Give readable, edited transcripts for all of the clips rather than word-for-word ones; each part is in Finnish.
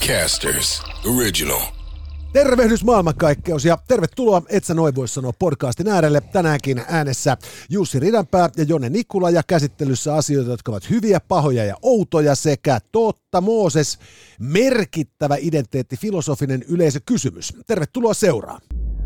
Podcasters Original. Tervehdys maailmankaikkeus ja tervetuloa Et sä noin voi sanoa podcastin äärelle. Tänäänkin äänessä Jussi Ridanpää ja Jone Nikula ja käsittelyssä asioita, jotka ovat hyviä, pahoja ja outoja sekä Totta Mooses, merkittävä identiteettifilosofinen yleisökysymys. Tervetuloa seuraan.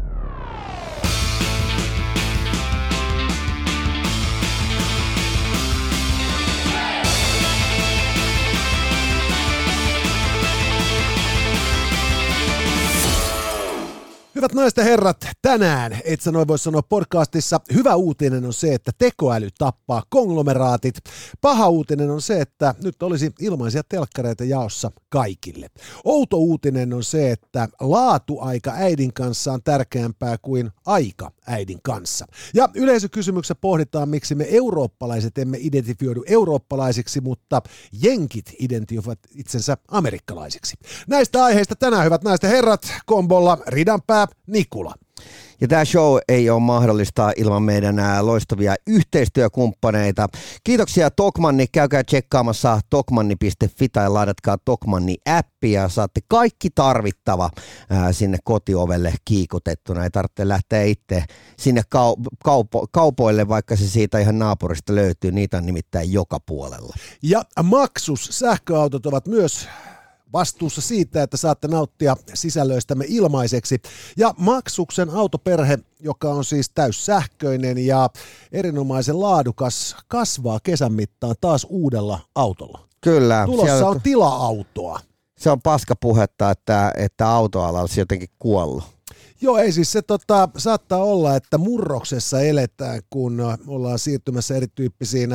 Hyvät naiset ja herrat, tänään Et sä noin voi sanoa podcastissa hyvä uutinen on se, että tekoäly tappaa konglomeraatit. Paha uutinen on se, että nyt olisi ilmaisia telkkareita jaossa kaikille. Outo uutinen on se, että laatuaika äidin kanssa on tärkeämpää kuin aika äidin kanssa. Ja yleisökysymyksessä pohditaan, miksi me eurooppalaiset emme identifioidu eurooppalaisiksi, mutta jenkit identifioivat itsensä amerikkalaisiksi. Näistä aiheista tänään, hyvät naiset ja herrat, kombolla Ridanpää, Nikula. Ja tämä show ei ole mahdollista ilman meidän loistavia yhteistyökumppaneita. Kiitoksia Tokmanni, käykää tsekkaamassa tokmanni.fi tai laidatkaa Tokmanni-appi ja saatte kaikki tarvittava sinne kotiovelle kiikutettuna. Ei tarvitse lähteä itse sinne kaupoille, vaikka se siitä ihan naapurista löytyy. Niitä on nimittäin joka puolella. Ja Maxus sähköautot ovat myös vastuussa siitä, että saatte nauttia sisällöistämme ilmaiseksi. Ja Maxuksen autoperhe, joka on siis täyssähköinen ja erinomaisen laadukas, kasvaa kesän mittaan taas uudella autolla. Kyllä. Tulossa on tila-autoa. Se on paskapuhetta, että autoala olisi jotenkin kuollut. Joo, ei siis se saattaa olla, että murroksessa eletään, kun ollaan siirtymässä erityyppisiin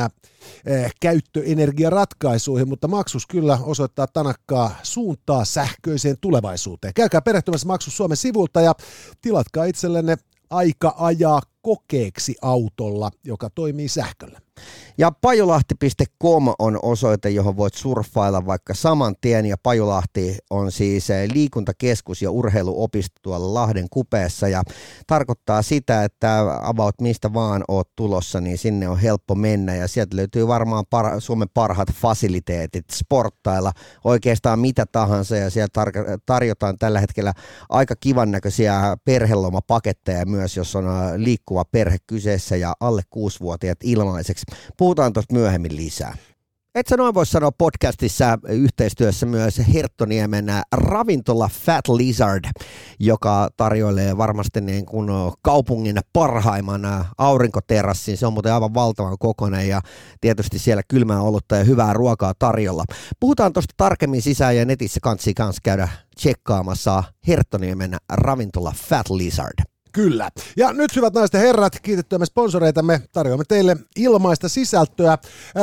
käyttöenergiaratkaisuihin, mutta Maxus kyllä osoittaa tanakkaa suuntaa sähköiseen tulevaisuuteen. Käykää perehtymässä Maxus Suomen sivulta ja tilatkaa itsellenne aika ajaa kokeeksi autolla, joka toimii sähköllä. Ja pajulahti.com on osoite, johon voit surffailla vaikka saman tien, ja Pajulahti on siis liikuntakeskus ja urheiluopisto tuolla Lahden kupeessa, ja tarkoittaa sitä, että about mistä vaan oot tulossa, niin sinne on helppo mennä, ja sieltä löytyy varmaan Suomen parhaat fasiliteetit sporttailla oikeastaan mitä tahansa, ja siellä tarjotaan tällä hetkellä aika kivan näköisiä perhelomapaketteja myös, jos on liikkuva perhe kyseessä ja alle 6-vuotiaat ilmaiseksi. Puhutaan tuosta myöhemmin lisää. Et sä noin voi sanoa podcastissa yhteistyössä myös Herttoniemen ravintola Fat Lizard, joka tarjoilee varmasti niin kuin kaupungin parhaimman aurinkoterassin. Se on muuten aivan valtavan kokoinen ja tietysti siellä kylmää olutta ja hyvää ruokaa tarjolla. Puhutaan tuosta tarkemmin sisään ja netissä kansi kanssa käydä tsekkaamassa Herttoniemen ravintola Fat Lizard. Kyllä. Ja nyt hyvät naiset ja herrat, kiitettyämme sponsoreitamme, tarjoamme teille ilmaista sisältöä.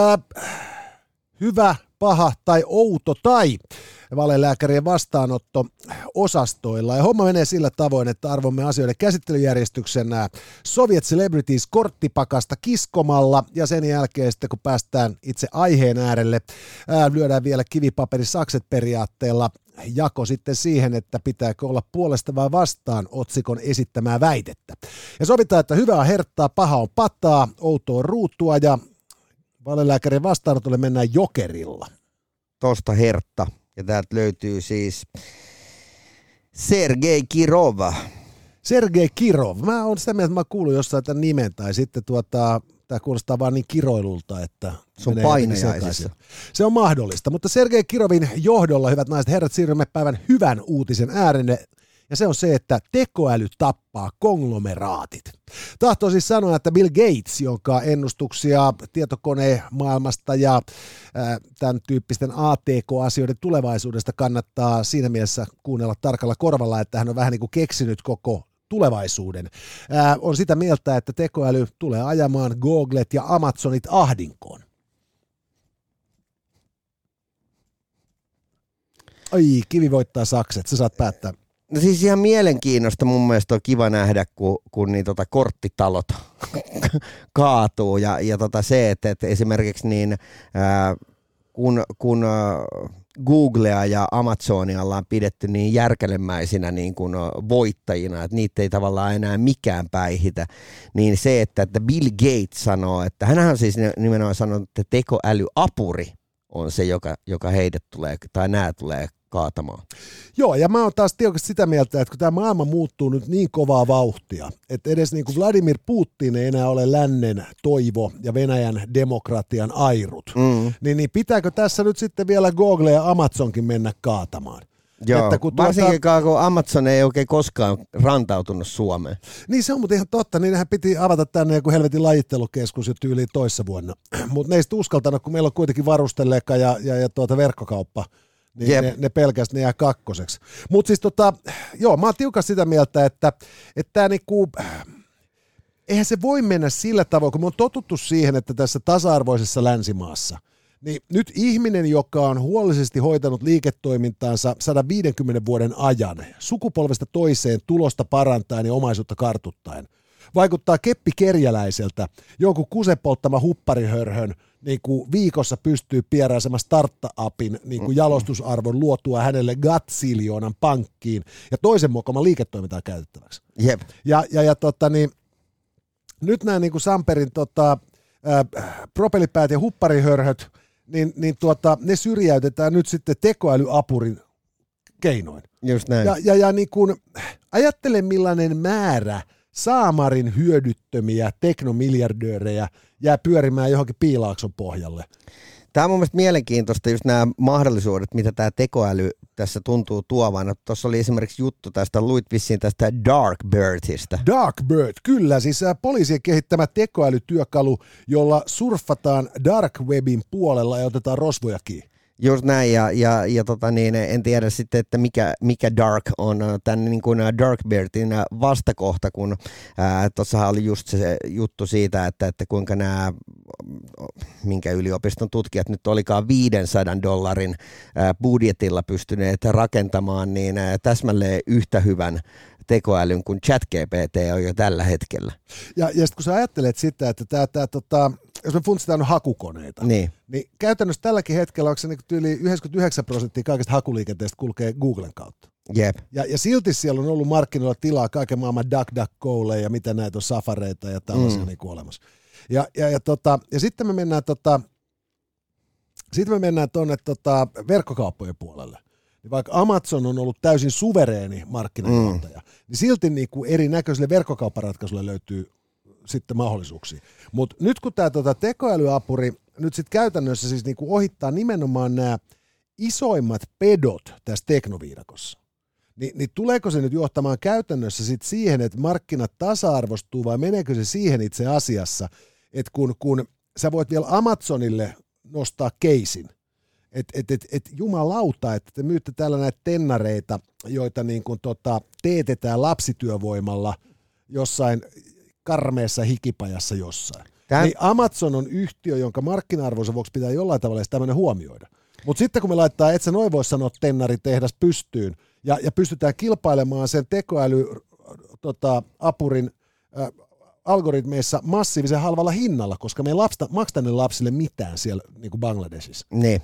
Hyvä, paha tai outo tai valelääkärien vastaanotto-osastoilla. Ja homma menee sillä tavoin, että arvomme asioiden käsittelyjärjestyksen Soviet Celebrities korttipakasta kiskomalla ja sen jälkeen sitten kun päästään itse aiheen äärelle, lyödään vielä kivipaperisakset periaatteella jako sitten siihen, että pitääkö olla puolesta vai vastaan otsikon esittämää väitettä. Ja sovitaan, että hyvä on herttaa, paha on pataa, outo on ruutua ja valelääkärin vastaanotolle mennään jokerilla. Tosta hertta. Ja täältä löytyy siis Sergei Kirov. Sergei Kirov. Mä oon sitä mieltä, että mä kuulun jossain tämän nimen tai sitten tämä kuulostaa vaan niin kiroilulta, että se on painajaisissa. Se on mahdollista, mutta Sergei Kirovin johdolla, hyvät naiset herrat, siirrymme päivän hyvän uutisen äärelle. Ja se on se, että tekoäly tappaa konglomeraatit. Tahtoo siis sanoa, että Bill Gates, jonka ennustuksia tietokonemaailmasta ja tämän tyyppisten ATK-asioiden tulevaisuudesta kannattaa siinä mielessä kuunnella tarkalla korvalla, että hän on vähän niin kuin keksinyt koko tulevaisuuden, on sitä mieltä, että tekoäly tulee ajamaan Googlet ja Amazonit ahdinkoon. Ai, kivi voittaa sakset, sä saat päättää. No siis ihan mielenkiinnosta mun mielestä on kiva nähdä, kun niin korttitalot kaatuu ja se, että esimerkiksi niin, kun Googlea ja Amazonia ollaan pidetty niin järkelemäisinä niin kuin voittajina, että niitä ei tavallaan enää mikään päihitä, niin se, että Bill Gates sanoo, että hänhän on siis nimenomaan sanonut, että tekoälyapuri on se, joka heidät tulee, tai nämä tulee kaatamaan. Joo, ja mä oon taas tiukasti sitä mieltä, että kun tämä maailma muuttuu nyt niin kovaa vauhtia, että edes niin kuin Vladimir Putin ei enää ole lännen toivo ja Venäjän demokratian airut, niin pitääkö tässä nyt sitten vielä Google ja Amazonkin mennä kaatamaan? Joo, että kun varsinkin kun Amazon ei oikein koskaan rantautunut Suomeen. Niin se on mutta ihan totta, niin nehän piti avata tänne joku helvetin lajittelukeskus jo tyyliin toissa vuonna, mutta ne ei sitten uskaltanut, kun meillä on kuitenkin varusteleka ja verkkokauppa. Niin ne pelkästään ne jää kakkoseksi. Mutta siis joo, mä oon tiukan sitä mieltä, että tää niinku, eihän se voi mennä sillä tavoin, kun me on totuttu siihen, että tässä tasa-arvoisessa länsimaassa, niin nyt ihminen, joka on huolellisesti hoitanut liiketoimintaansa 150 vuoden ajan, sukupolvesta toiseen tulosta parantaen ja omaisuutta kartuttaen, vaikuttaa keppikerjäläiseltä, jonkun kusepolttama hupparihörhön niin kuin viikossa pystyy pieräisemään startup-apin niin kuin jalostusarvon luotua hänelle gatsiljoonan pankkiin ja toisen muokaman liiketoimintaa käytettäväksi. Jep. Niin, nyt nämä niin kuin Samperin propellipäät ja hupparihörhöt, ne syrjäytetään nyt sitten tekoälyapurin keinoin. Just näin. Ja niin kuin, ajattele millainen määrä saamarin hyödyttömiä teknomiljardöörejä jää pyörimään johonkin Piilaakson pohjalle. Tämä on mun mielestä mielenkiintoista just nämä mahdollisuudet, mitä tämä tekoäly tässä tuntuu tuovan. Tuossa oli esimerkiksi juttu tästä, luit vissiin tästä Darkbirdista. Darkbird, kyllä, siis poliisien kehittämä tekoälytyökalu, jolla surffataan dark webin puolella ja otetaan rosvoja kiinni. Just näin, en tiedä sitten, että mikä Dark on tämän niin kuin Darkbirdin vastakohta, kun tuossahan oli just se juttu siitä, että kuinka nämä, minkä yliopiston tutkijat nyt olikaan $500 budjetilla pystyneet rakentamaan, niin täsmälleen yhtä hyvän tekoälyn kuin ChatGPT on jo tällä hetkellä. Ja sitten kun sä ajattelet sitä, että jos me funtsitaan hakukoneita, niin käytännössä tälläkin hetkellä onko se niin yli 99% kaikesta hakuliikenteestä kulkee Googlen kautta. Yep. Ja silti siellä on ollut markkinoilla tilaa kaiken maailman DuckDuckGolle ja mitä näitä on safareita ja tällaisia niin kuin olemassa. Ja sitten me mennään tuonne verkkokauppojen puolelle. Niin vaikka Amazon on ollut täysin suvereeni markkinajohtaja, niin silti niin kuin erinäköisille verkkokaupparatkaisuille löytyy sitten mahdollisuuksia. Mutta nyt kun tämä tekoälyapuri nyt sitten käytännössä siis niinku ohittaa nimenomaan nämä isoimmat pedot tässä teknoviidakossa, niin tuleeko se nyt johtamaan käytännössä sitten siihen, että markkinat tasa-arvostuu vai meneekö se siihen itse asiassa, että kun sä voit vielä Amazonille nostaa keisin, että jumalauta, että te myytte täällä näitä tennareita, joita niin kuin teetetään lapsityövoimalla jossain karmeessa hikipajassa jossain. Niin Amazon on yhtiö, jonka markkina-arvonsa vuoksi pitää jollain tavalla tämmöinen huomioida. Mutta sitten kun me laittaa, et sä noin voi sanoa tennaritehdas pystyyn, ja pystytään kilpailemaan sen tekoälyapurin algoritmeissa massiivisen halvalla hinnalla, koska me ei makseta ne lapsille mitään siellä niin kuin Bangladesissa.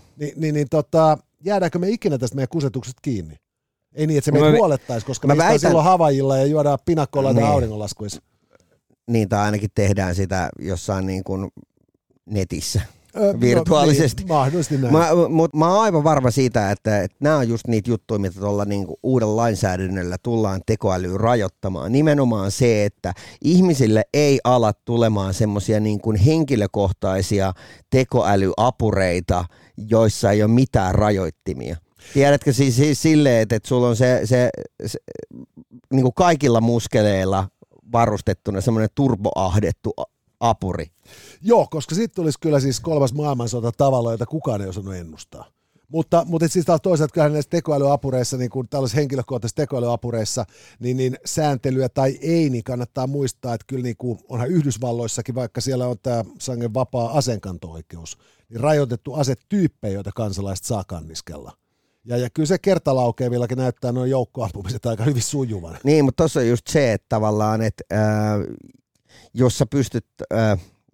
Jäädäänkö me ikinä tästä meidän kusetukset kiinni? Ei niin, että se meitä huolettaisi, koska me istaan silloin Havajilla ja juodaan pinakkoilla auringonlaskuissa. Niin, tai ainakin tehdään sitä jossain niin kuin netissä virtuaalisesti. Niin, mahdollisesti näin. Mutta mä oon aivan varma siitä, että nämä on just niitä juttuja, mitä tuolla niin kuin uudella lainsäädännöllä tullaan tekoälyyn rajoittamaan. Nimenomaan se, että ihmisille ei ala tulemaan semmoisia niin kuin henkilökohtaisia tekoälyapureita, joissa ei ole mitään rajoittimia. Tiedätkö siis silleen, että sulla on se niin kuin kaikilla muskeleilla varustettuna semmoinen turboahdettu apuri. Joo, koska sitten tulisi kyllä siis 3. maailmansota tavalla, jota kukaan ei osannut ennustaa. Mutta siis taas toisaalta kyllähän näissä tekoälyapureissa, niin kuin tällaisissa henkilökohtaisissa tekoälyapureissa, niin sääntelyä tai ei, niin kannattaa muistaa, että kyllä niin kuin onhan Yhdysvalloissakin, vaikka siellä on tämä sangen vapaa aseenkanto-oikeus, niin rajoitettu asetyyppejä, joita kansalaiset saa kanniskella. Ja kyllä se kertalaukeavillakin näyttää noin joukkoampumiset aika hyvin sujuvan. Niin, mutta tuossa on just se, että tavallaan, että jos sä pystyt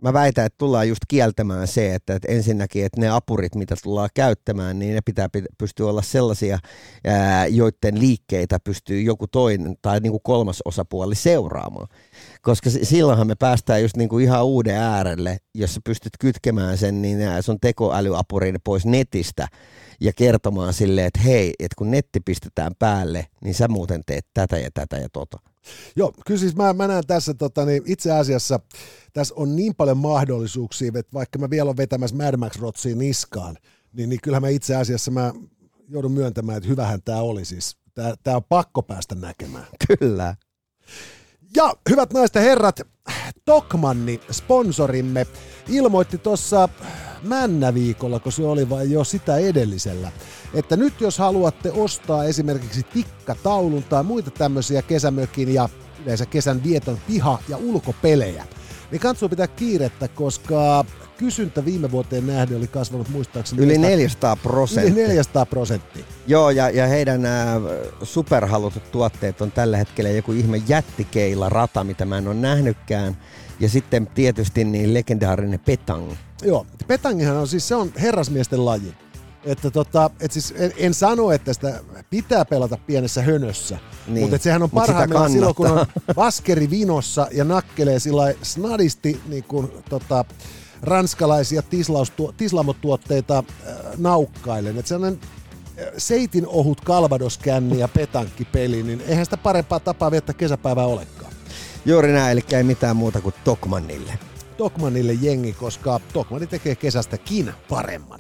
Mä väitän, että tullaan just kieltämään se, että ensinnäkin, että ne apurit, mitä tullaan käyttämään, niin ne pitää pystyä olla sellaisia, joiden liikkeitä pystyy joku toinen tai niin kuin kolmas osapuoli seuraamaan. Koska silloinhan me päästään just niin kuin ihan uuden äärelle, jos sä pystyt kytkemään sen niin sun tekoälyapurin pois netistä ja kertomaan silleen, että hei, että kun netti pistetään päälle, niin sä muuten teet tätä ja tätä ja tota. Joo, kyllä siis mä näen tässä, niin itse asiassa tässä on niin paljon mahdollisuuksia, että vaikka mä vielä olen vetämässä Mad Max Rotsia niskaan, niin kyllähän mä itse asiassa mä joudun myöntämään, että hyvähän tämä oli siis. Tämä on pakko päästä näkemään. Kyllä. Ja hyvät naiset ja herrat, Tokmanni, sponsorimme, ilmoitti tuossa Männäviikolla, kun se oli vai jo sitä edellisellä, että nyt jos haluatte ostaa esimerkiksi tikkataulun tai muita tämmöisiä kesämökin ja yleensä kesän vieton piha- ja ulkopelejä, niin kannattaa pitää kiirettä, koska kysyntä viime vuoteen nähden oli kasvanut muistaakseni yli 400%. Yli 400%. Joo, ja heidän superhalutut tuotteet on tällä hetkellä joku ihme jättikeila-rata, mitä mä en ole nähnytkään. Ja sitten tietysti niin legendaarinen petang. Joo, petangihan on siis, se on herrasmiesten laji. Että siis en sano, että sitä pitää pelata pienessä hönössä, niin, mutta sehän on parhaimmillaan silloin, kun on vaskeri vinossa ja nakkelee sillä snadisti niin kuin, ranskalaisia tislamotuotteita naukkailen. Että sellainen seitin ohut kalvadoskänni ja petankkipeli, niin eihän sitä parempaa tapaa viettää kesäpäivää olekaan. Juuri näin, eli ei mitään muuta kuin Tokmannille. Tokmannille jengi, koska Tokmanni tekee kesästäkin paremman.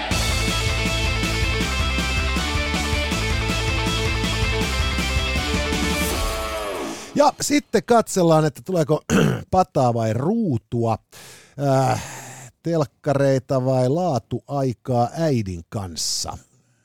Ja sitten katsellaan, että tuleeko pataa vai ruutua, telkkareita vai laatuaikaa äidin kanssa.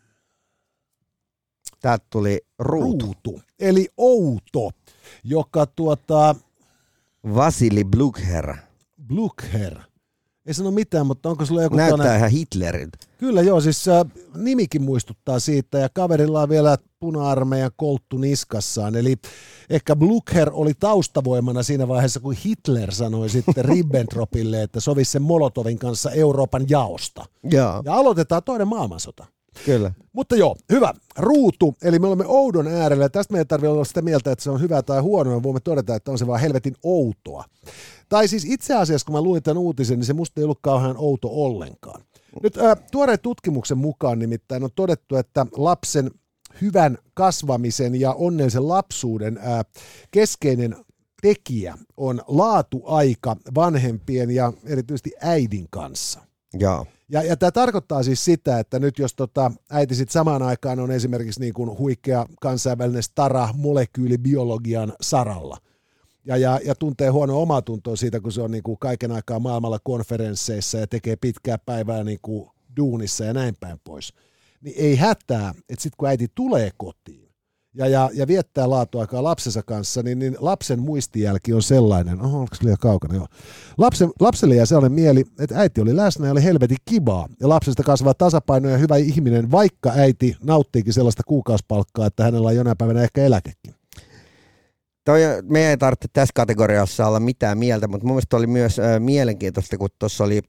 Täältä tuli ruutu. Eli outo, joka Vasili Blukher. Blukher. Ei sano mitään, mutta onko sulla joku näyttää ihan Hitleriltä. Kyllä joo, siis nimikin muistuttaa siitä ja kaverilla on vielä puna-armeijan kolttu niskassaan. Eli ehkä Blukher oli taustavoimana siinä vaiheessa, kun Hitler sanoi sitten Ribbentropille, että sovisi sen Molotovin kanssa Euroopan jaosta. Joo. Ja aloitetaan toinen maailmansota. Kyllä. Mutta joo, hyvä. Ruutu, eli me olemme oudon äärellä ja tästä meidän tarvitse olla sitä mieltä, että se on hyvä tai huono, ja voimme todeta, että on se vaan helvetin outoa. Tai siis itse asiassa, kun mä luin tämän uutisen, niin se musta ei ollut kauhean outo ollenkaan. Nyt tuoreen tutkimuksen mukaan nimittäin on todettu, että lapsen hyvän kasvamisen ja onnellisen lapsuuden keskeinen tekijä on laatuaika vanhempien ja erityisesti äidin kanssa. Joo. Ja tämä tarkoittaa siis sitä, että nyt jos äiti sit samaan aikaan on esimerkiksi niin kuin huikea kansainvälinen stara molekyylibiologian saralla ja tuntee huonoa omatuntoa siitä, kun se on niin kuin kaiken aikaa maailmalla konferensseissa ja tekee pitkää päivää niin kuin duunissa ja näin päin pois, niin ei hätää, että sitten kun äiti tulee kotiin ja viettää laatuaikaa lapsensa kanssa, niin lapsen muistijälki on sellainen, onko se liian kaukana, joo. Lapselle jää sellainen mieli, että äiti oli läsnä ja oli helvetin kibaa, ja lapsesta kasvaa tasapaino ja hyvä ihminen, vaikka äiti nauttiikin sellaista kuukausipalkkaa, että hänellä on jonain päivänä ehkä eläkekin. Meidän ei tarvitse tässä kategoriassa olla mitään mieltä, mutta mun mielestä oli myös mielenkiintoista, kun tuossa oli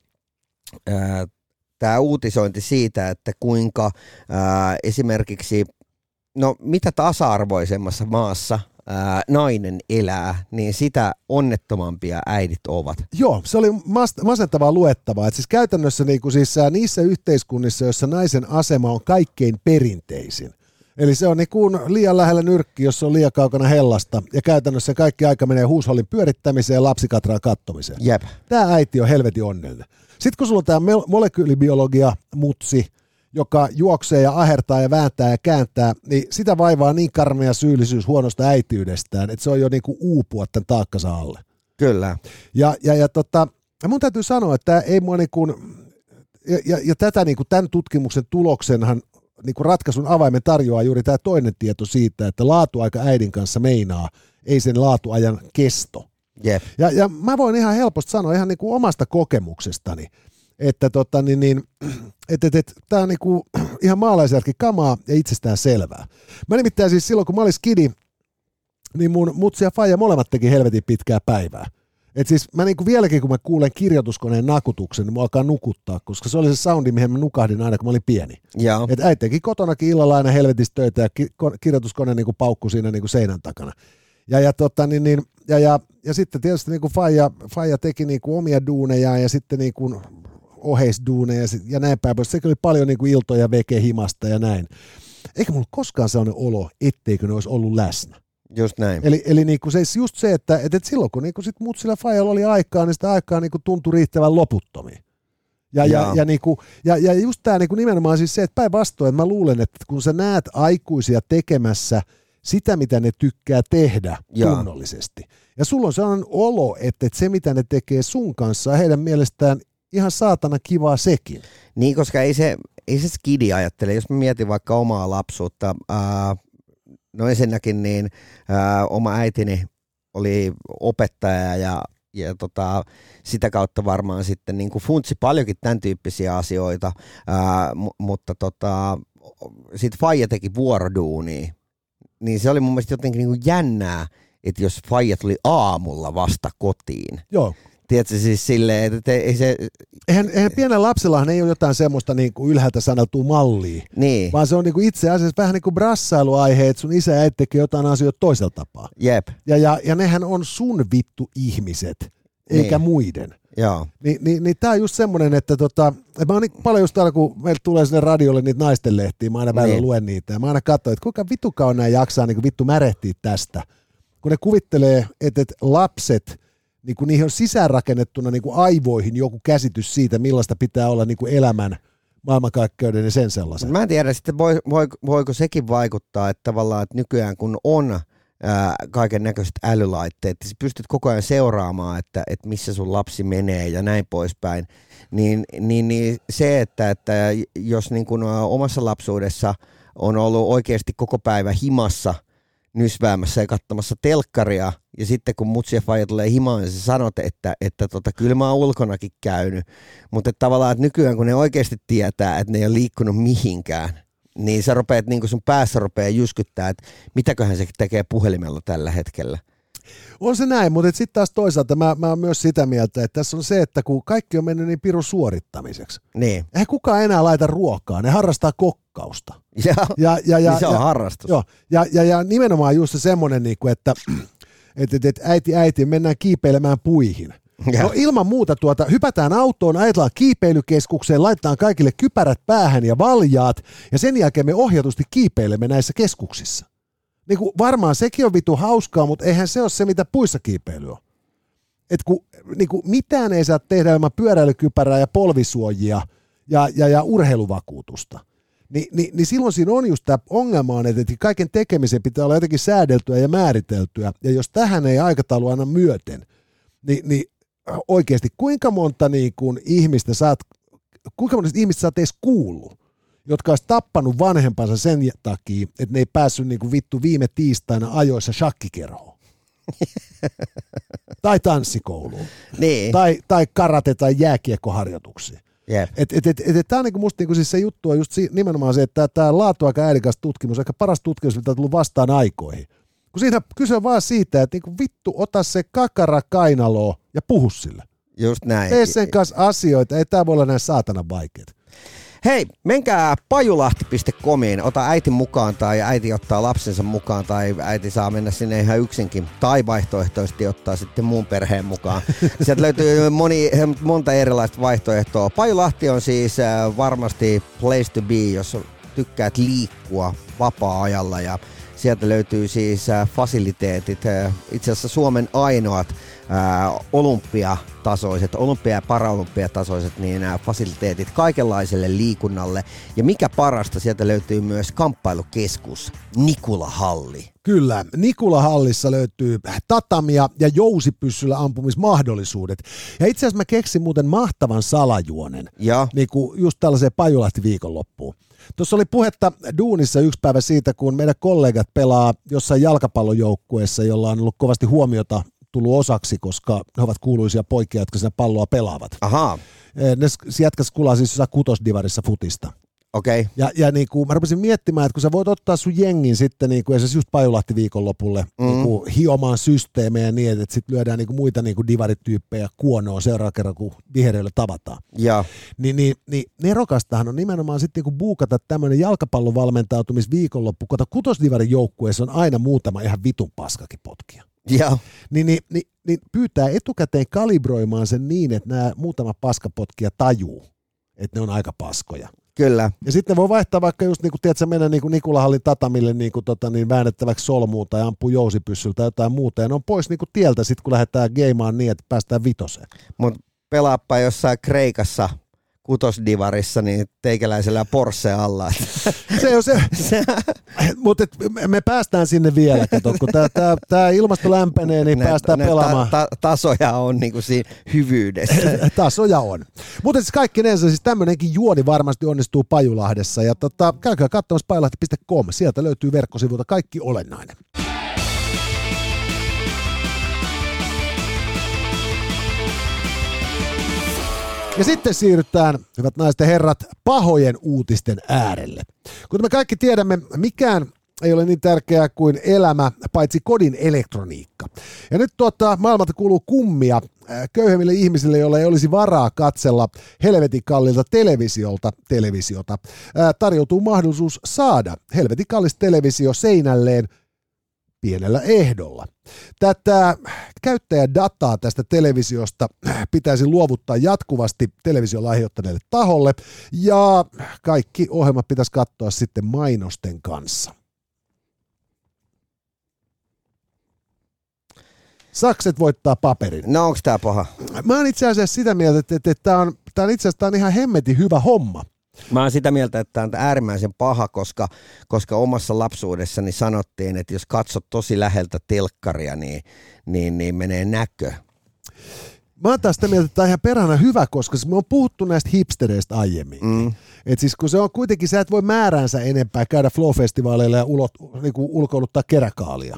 tämä uutisointi siitä, että kuinka esimerkiksi mitä tasa-arvoisemmassa maassa nainen elää, niin sitä onnettomampia äidit ovat. Joo, se oli masentavaa luettavaa. Et siis käytännössä niissä yhteiskunnissa, joissa naisen asema on kaikkein perinteisin. Eli se on niin kuin liian lähellä nyrkki, jos se on liian kaukana hellasta, ja käytännössä kaikki aika menee huushollin pyörittämiseen ja lapsikatraa kattomiseen. Jep. Tämä äiti on helvetin onnellinen. Sitten kun sulla on tämä molekyylibiologia mutsi, joka juoksee ja ahertaa ja vääntää ja kääntää, niin sitä vaivaa niin karmea syyllisyys huonosta äitiydestään, että se on jo niin kuin uupua tämän taakkansa alle. Kyllä. Ja mun täytyy sanoa, että tämä ei mua niin kuin, ja tätä niin kuin tämän tutkimuksen tuloksenhan niin kuin ratkaisun avaimen tarjoaa juuri tämä toinen tieto siitä, että laatuaika äidin kanssa meinaa, ei sen laatuajan kesto. Yep. Ja mä voin ihan helposti sanoa ihan niin kuin omasta kokemuksestani, että tämä on niin kuin ihan maalaisjärki kamaa ja itsestään selvää. Mä nimittäin siis silloin, kun mä olin skidi, niin mun mutsi ja faija molemmat teki helvetin pitkää päivää. Et siis mä niinku vieläkin, kun mä kuulen kirjoituskoneen nakutuksen, niin mä alkaa nukuttaa, koska se oli se soundi, mihin mä nukahdin aina, kun mä olin pieni. Et äiti teki kotonakin illalla aina helvetistä töitä ja kirjoituskone niinku paukkui siinä niinku seinän takana. Ja sitten tietysti niinku faija teki niinku omia duuneja ja sitten niinku oheisduuneja ja näin päin pois. Sekin oli paljon niinku iltoja vekehimasta ja näin. Eikä mulla koskaan sellainen olo, etteikö ne olisi ollut läsnä. Just näin. Eli niinku just se, että silloin kun niinku sit mut sillä faijalla oli aikaa, niin sitä aikaa niinku tuntui riittävän loputtomiin. Ja just tämä niinku nimenomaan siis se, että päinvastoin, että mä luulen, että kun sä näet aikuisia tekemässä sitä, mitä ne tykkää tehdä tunnollisesti. Ja sulla on sellainen olo, että se, mitä ne tekee sun kanssa, on heidän mielestään ihan saatana kivaa sekin. Niin, koska ei se skidi ajattele. Jos mä mietin vaikka omaa lapsuutta, no ensinnäkin niin oma äitini oli opettaja ja sitä kautta varmaan sitten niin kuin funtsi paljonkin tämän tyyppisiä asioita, mutta sitten faija teki vuoroduunia, niin se oli mun mielestä jotenkin niin kuin jännää, että jos faija tuli aamulla vasta kotiin. Joo. Tiedätkö siis silleen, että ei se... Eihän pienellä lapsellahan ei ole jotain semmoista niin kuin ylhäältä saneltua mallia, niin. Vaan se on niin kuin itse asiassa vähän niin kuin brassailuaihe, että sun isä ja äiti tekee jotain asioita toisella tapaa. Jep. Ja nehän on sun vittu ihmiset, eikä niin. Muiden. Joo. Niin tää on just semmoinen, että mä oon niin paljon just täällä, kun meiltä tulee sinne radiolle niitä naistenlehtiä, mä aina välillä luen niitä, ja mä aina katsoin, että kuinka vittu kauan nää jaksaa niin kuin vittu märehtiä tästä, kun ne kuvittelee, että lapset, niin kuin niihin on sisäänrakennettuna niin kuin aivoihin joku käsitys siitä, millaista pitää olla niin kuin elämän, maailmankaikkeuden ja sen sellaisen. Mä en tiedä sitten, voiko sekin vaikuttaa, että tavallaan, että nykyään kun on kaiken näköiset älylaitteet, että pystyt koko ajan seuraamaan, että missä sun lapsi menee ja näin poispäin, niin se, että jos niin kuin omassa lapsuudessa on ollut oikeasti koko päivä himassa, nysväämässä ja katsomassa telkkaria, ja sitten kun mutsi ja faija tulee himaan, niin sä sanot, että kyllä mä oon ulkonakin käynyt, mutta tavallaan, että nykyään kun ne oikeasti tietää, että ne ei ole liikkunut mihinkään, niin sä rupeat, niin kuin sun päässä rupeaa jyskyttää, että mitäköhän se tekee puhelimella tällä hetkellä. On se näin, mutta sitten taas toisaalta mä oon myös sitä mieltä, että tässä on se, että kun kaikki on mennyt niin pirun suorittamiseksi. Niin. Eihän kukaan enää laita ruokaa, ne harrastaa kokkausta. Ja se on harrastus. Joo, ja nimenomaan just se semmoinen, että äiti, mennään kiipeilemään puihin. No ilman muuta hypätään autoon, ajatellaan kiipeilykeskukseen, laitetaan kaikille kypärät päähän ja valjaat, ja sen jälkeen me ohjatusti kiipeilemme näissä keskuksissa. Niin kuin varmaan sekin on vitu hauskaa, mutta eihän se ole se, mitä puissa kiipeily on. Et kun niin mitään ei saa tehdä ilman pyöräilykypärää ja polvisuojia ja urheiluvakuutusta, niin silloin siinä on just tämä ongelma, että kaiken tekemisen pitää olla jotenkin säädeltyä ja määriteltyä, ja jos tähän ei aikataulu aina myöten, niin oikeasti kuinka monta ihmistä sä oot edes kuullut, jotka olisi tappanut vanhempansa sen takia, että ne ei päässyt vittu viime tiistaina ajoissa shakkikerhoon. Tai tanssikouluun. Niin. Tai karate- tai jääkiekkoharjoituksiin. Yep. Tämä on musta siis se juttu on just nimenomaan se, että tämä laatuaika äärikas tutkimus, aika paras tutkimus, mitä on tullut vastaan aikoihin. Kun siinä kyse on vaan siitä, että vittu ota se kakara kainaloa ja puhu sille. Just näin. Tee sen kanssa asioita, ei tämä voi olla näin saatanan vaikeaa. Hei, menkää pajulahti.comiin, ota äiti mukaan tai äiti ottaa lapsensa mukaan tai äiti saa mennä sinne ihan yksinkin tai vaihtoehtoisesti ottaa sitten muun perheen mukaan. Sieltä löytyy monta erilaista vaihtoehtoa. Pajulahti on siis varmasti place to be, jos tykkäät liikkua vapaa-ajalla ja sieltä löytyy siis fasiliteetit, itse asiassa Suomen ainoat olympiatasoiset, olympia- ja paraolympiatasoiset niin fasiliteetit kaikenlaiselle liikunnalle. Ja mikä parasta, sieltä löytyy myös kamppailukeskus Nikula-halli. Kyllä, Nikula-hallissa löytyy tatamia ja jousipyssyllä ampumismahdollisuudet. Ja itse asiassa mä keksin muuten mahtavan salajuonen, niin kuin just tällaiseen Pajulahti-viikonloppuun. Tuossa oli puhetta duunissa yksi päivä siitä, kun meidän kollegat pelaa jossain jalkapallojoukkueessa, jolla on ollut kovasti huomiota tullut osaksi, koska he ovat kuuluisia poikia, jotka siinä palloa pelaavat. Ahaa. Ne jätkäs kulaa siis jossain kutosdivarissa futista. Okei. Ja niin kuin mä rupesin miettimään, että kun sä voit ottaa sun jengin sitten, niin kuin esimerkiksi just Pajulahti viikonlopulle niin kuin hiomaan systeemejä niin, että sitten lyödään niin kuin muita niin kuin divarityyppejä kuonoon seuraavan kerran, kun vihereillä tavataan. Ja. Niin nerokastahan on nimenomaan sitten niin kuin buukata tämmöinen jalkapallon valmentautumisviikonloppu, kun kutosdivarin joukkueessa on aina muutama ihan vitun paskakin potkija. Ja. Niin pyytää etukäteen kalibroimaan sen niin, että nämä muutama paskapotkija tajuu, että ne on aika paskoja. Kyllä. Ja sitten voi vaihtaa vaikka just niin kuin, tiedätkö, mennä niin kuin Nikulahallin tatamille niin kuin, väännettäväksi solmuun tai ampuu jousipyssyllä tai jotain muuta. Ja ne on pois niin kuin tieltä sitten, kun lähdetään geimaan niin, että päästään vitoseen. Mutta pelaappa jossain Kreikassa kutosdivarissa, niin teikäläisellä Porsche alla. Se on se. Mutta me päästään sinne vielä, kato, kun tämä ilmasto lämpenee, niin päästään pelaamaan. Tasoja on niin kuin siinä hyvyydessä. Tasoja on. Mutta siis kaikkinensa, siis tämmöinenkin juoni varmasti onnistuu Pajulahdessa. Ja käykää katsomassa pajulahti.com, sieltä löytyy verkkosivulta kaikki olennainen. Ja sitten siirrytään, hyvät naiset ja herrat, pahojen uutisten äärelle. Kuten me kaikki tiedämme, mikään ei ole niin tärkeää kuin elämä, paitsi kodin elektroniikka. Ja nyt maailmalta kuuluu kummia köyhemmille ihmisille, joilla ei olisi varaa katsella helvetin kallilta televisiota. Tarjoutuu mahdollisuus saada helvetin kallis televisio seinälleen pienellä ehdolla. Tätä käyttäjädataa tästä televisiosta pitäisi luovuttaa jatkuvasti television lahjoittaneelle taholle, ja kaikki ohjelmat pitäisi katsoa sitten mainosten kanssa. Sakset voittaa paperin. No onko tämä paha? Mä oon itse asiassa sitä mieltä, että tämä on itse asiassa ihan hemmetin hyvä homma. Mä oon sitä mieltä, että tämä on äärimmäisen paha, koska omassa lapsuudessani sanottiin, että jos katsot tosi läheltä telkkaria, niin menee näkö. Mä oon taas sitä mieltä, että tämä on ihan perhana hyvä, koska me on puhuttu näistä hipstereistä aiemmin. Et siis kun se on kuitenkin, sä et voi määräänsä enempää käydä Flow-festivaaleilla ja niinku ulkoiluttaa keräkaalia.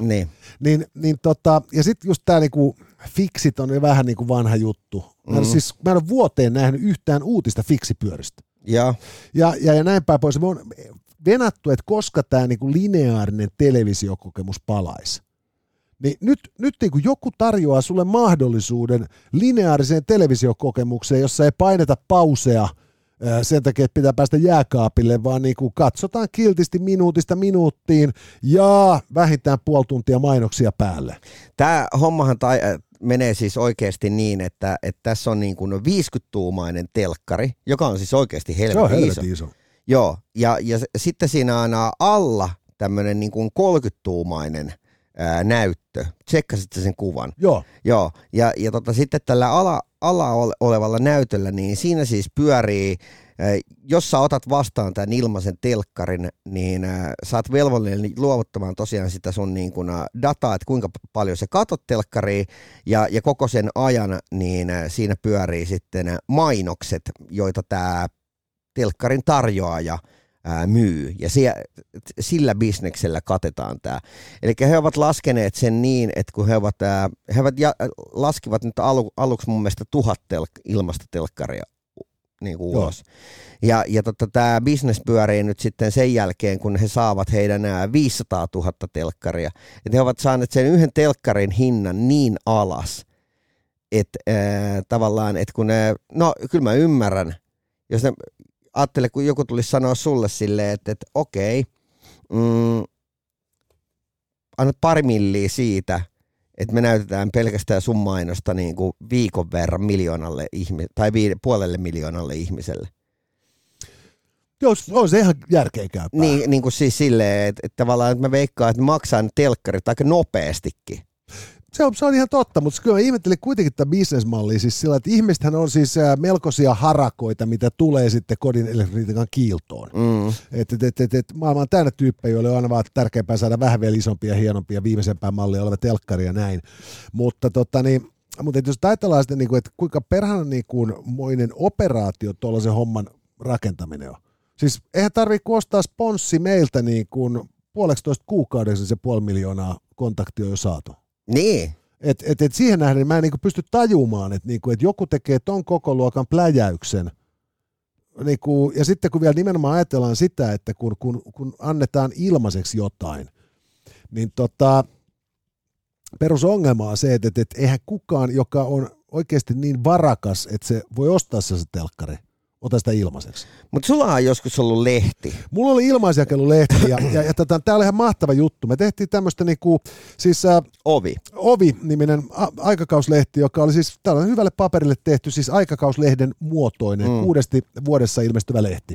Ja sitten just tää niinku fiksit on jo vähän niinku vanha juttu. Mä en ole vuoteen nähnyt yhtään uutista fiksipyöristä. Ja näin päin pois. Me on venattu, että koska tämä niinku lineaarinen televisiokokemus palaisi. Niin nyt niin kuin joku tarjoaa sulle mahdollisuuden lineaariseen televisiokokemukseen, jossa ei paineta pausea sen takia, että pitää päästä jääkaapille, vaan niin kuin katsotaan kiltisti minuutista minuuttiin ja vähintään puoli tuntia mainoksia päälle. Tämä hommahan menee siis oikeasti niin, että tässä on niin kuin 50-tuumainen telkkari, joka on siis oikeasti helvetin iso. Joo, ja sitten siinä on alla tämmöinen niin kuin 30-tuumainen näyttö. Tsekkasitte sen kuvan? Joo. Ja sitten tällä alla olevalla näytöllä, niin siinä siis pyörii, jos sä otat vastaan tämän ilmaisen telkkarin, niin sä oot velvollinen luovuttamaan tosiaan sitä sun niin kuin dataa, että kuinka paljon sä katot telkkaria, ja koko sen ajan niin siinä pyörii sitten mainokset, joita tämä telkkarin tarjoaja myy, ja sillä bisneksellä katetaan tämä. Eli he ovat laskeneet sen niin, että kun he laskivat nyt aluksi mun mielestä 1000 ilmasta telkkaria niin kuin ulos. Ja tämä bisnes pyörii nyt sitten sen jälkeen, kun he saavat heidän 500 000 telkkaria. Että he ovat saaneet sen yhden telkkarin hinnan niin alas, että tavallaan, että kun kyllä mä ymmärrän, jos ne ajattele, kun joku tulisi sanoa sulle silleen, että okei, annat pari milliä siitä, että me näytetään pelkästään sun mainosta niin kuin viikon verran tai 500,000 ihmiselle. Joo, on se ihan järkeä käypää. Niin kuin siis silleen, että tavallaan että mä veikkaan, että maksaa ne telkkarit aika nopeastikin. Se on ihan totta, mutta kyllä mä ihmettelin kuitenkin tätä bisnesmallia siis sillä, että ihmisethän on siis melkoisia harakoita, mitä tulee sitten kodin elektroniikan kiiltoon. Maailma on täynnä tyyppejä, joille on aina vaan tärkeämpää saada vähän vielä isompia, hienompia, viimeisempää mallia oleva telkkari ja näin. Mutta jos ajatellaan sitten, että kuinka perhana moinen operaatio tuollaisen homman rakentaminen on. Siis eihän tarvitse ostaa sponssi meiltä niin kuin 1,5 kuukaudessa se 500,000 kontaktia on jo saatu. Niin. Et siihen nähden mä en pysty tajumaan, että joku tekee ton koko luokan pläjäyksen niinku, ja sitten kun vielä nimenomaan ajatellaan sitä, että kun annetaan ilmaiseksi jotain, niin perusongelma on se, että eihän kukaan, joka on oikeasti niin varakas, että se voi ostaa se telkkari, ota sitä ilmaiseksi. Mutta sulla on joskus ollut lehti. Mulla oli ilmaisjakelulehti ja tämä oli ihan mahtava juttu. Me tehtiin tämmöistä niinku, siis Ovi-niminen aikakauslehti, joka oli siis tällainen hyvälle paperille tehty, siis aikakauslehden muotoinen, 6 vuodessa ilmestyvä lehti.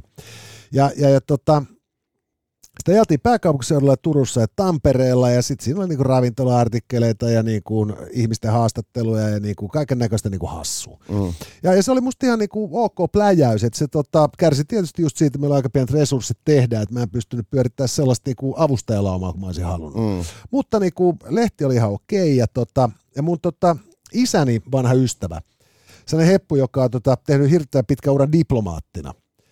Sitä ajeltiin pääkaupunkiseudulla ja Turussa ja Tampereella ja sitten siinä oli niinku ravintola-artikkeleita ja niinku ihmisten haastatteluja ja niinku kaiken näköistä niinku hassua. Ja se oli musta ihan niinku ok pläjäys, että se kärsi tietysti just siitä, että meillä on aika pienet resurssit tehdä, että mä en pystynyt pyörittämään sellaista niinku avustajalaumaa, kun mä olisin halunnut. Mutta niinku lehti oli ihan okei ja mun isäni vanha ystävä, sellainen heppu, joka on tehnyt hirveän pitkän uran diplomaattina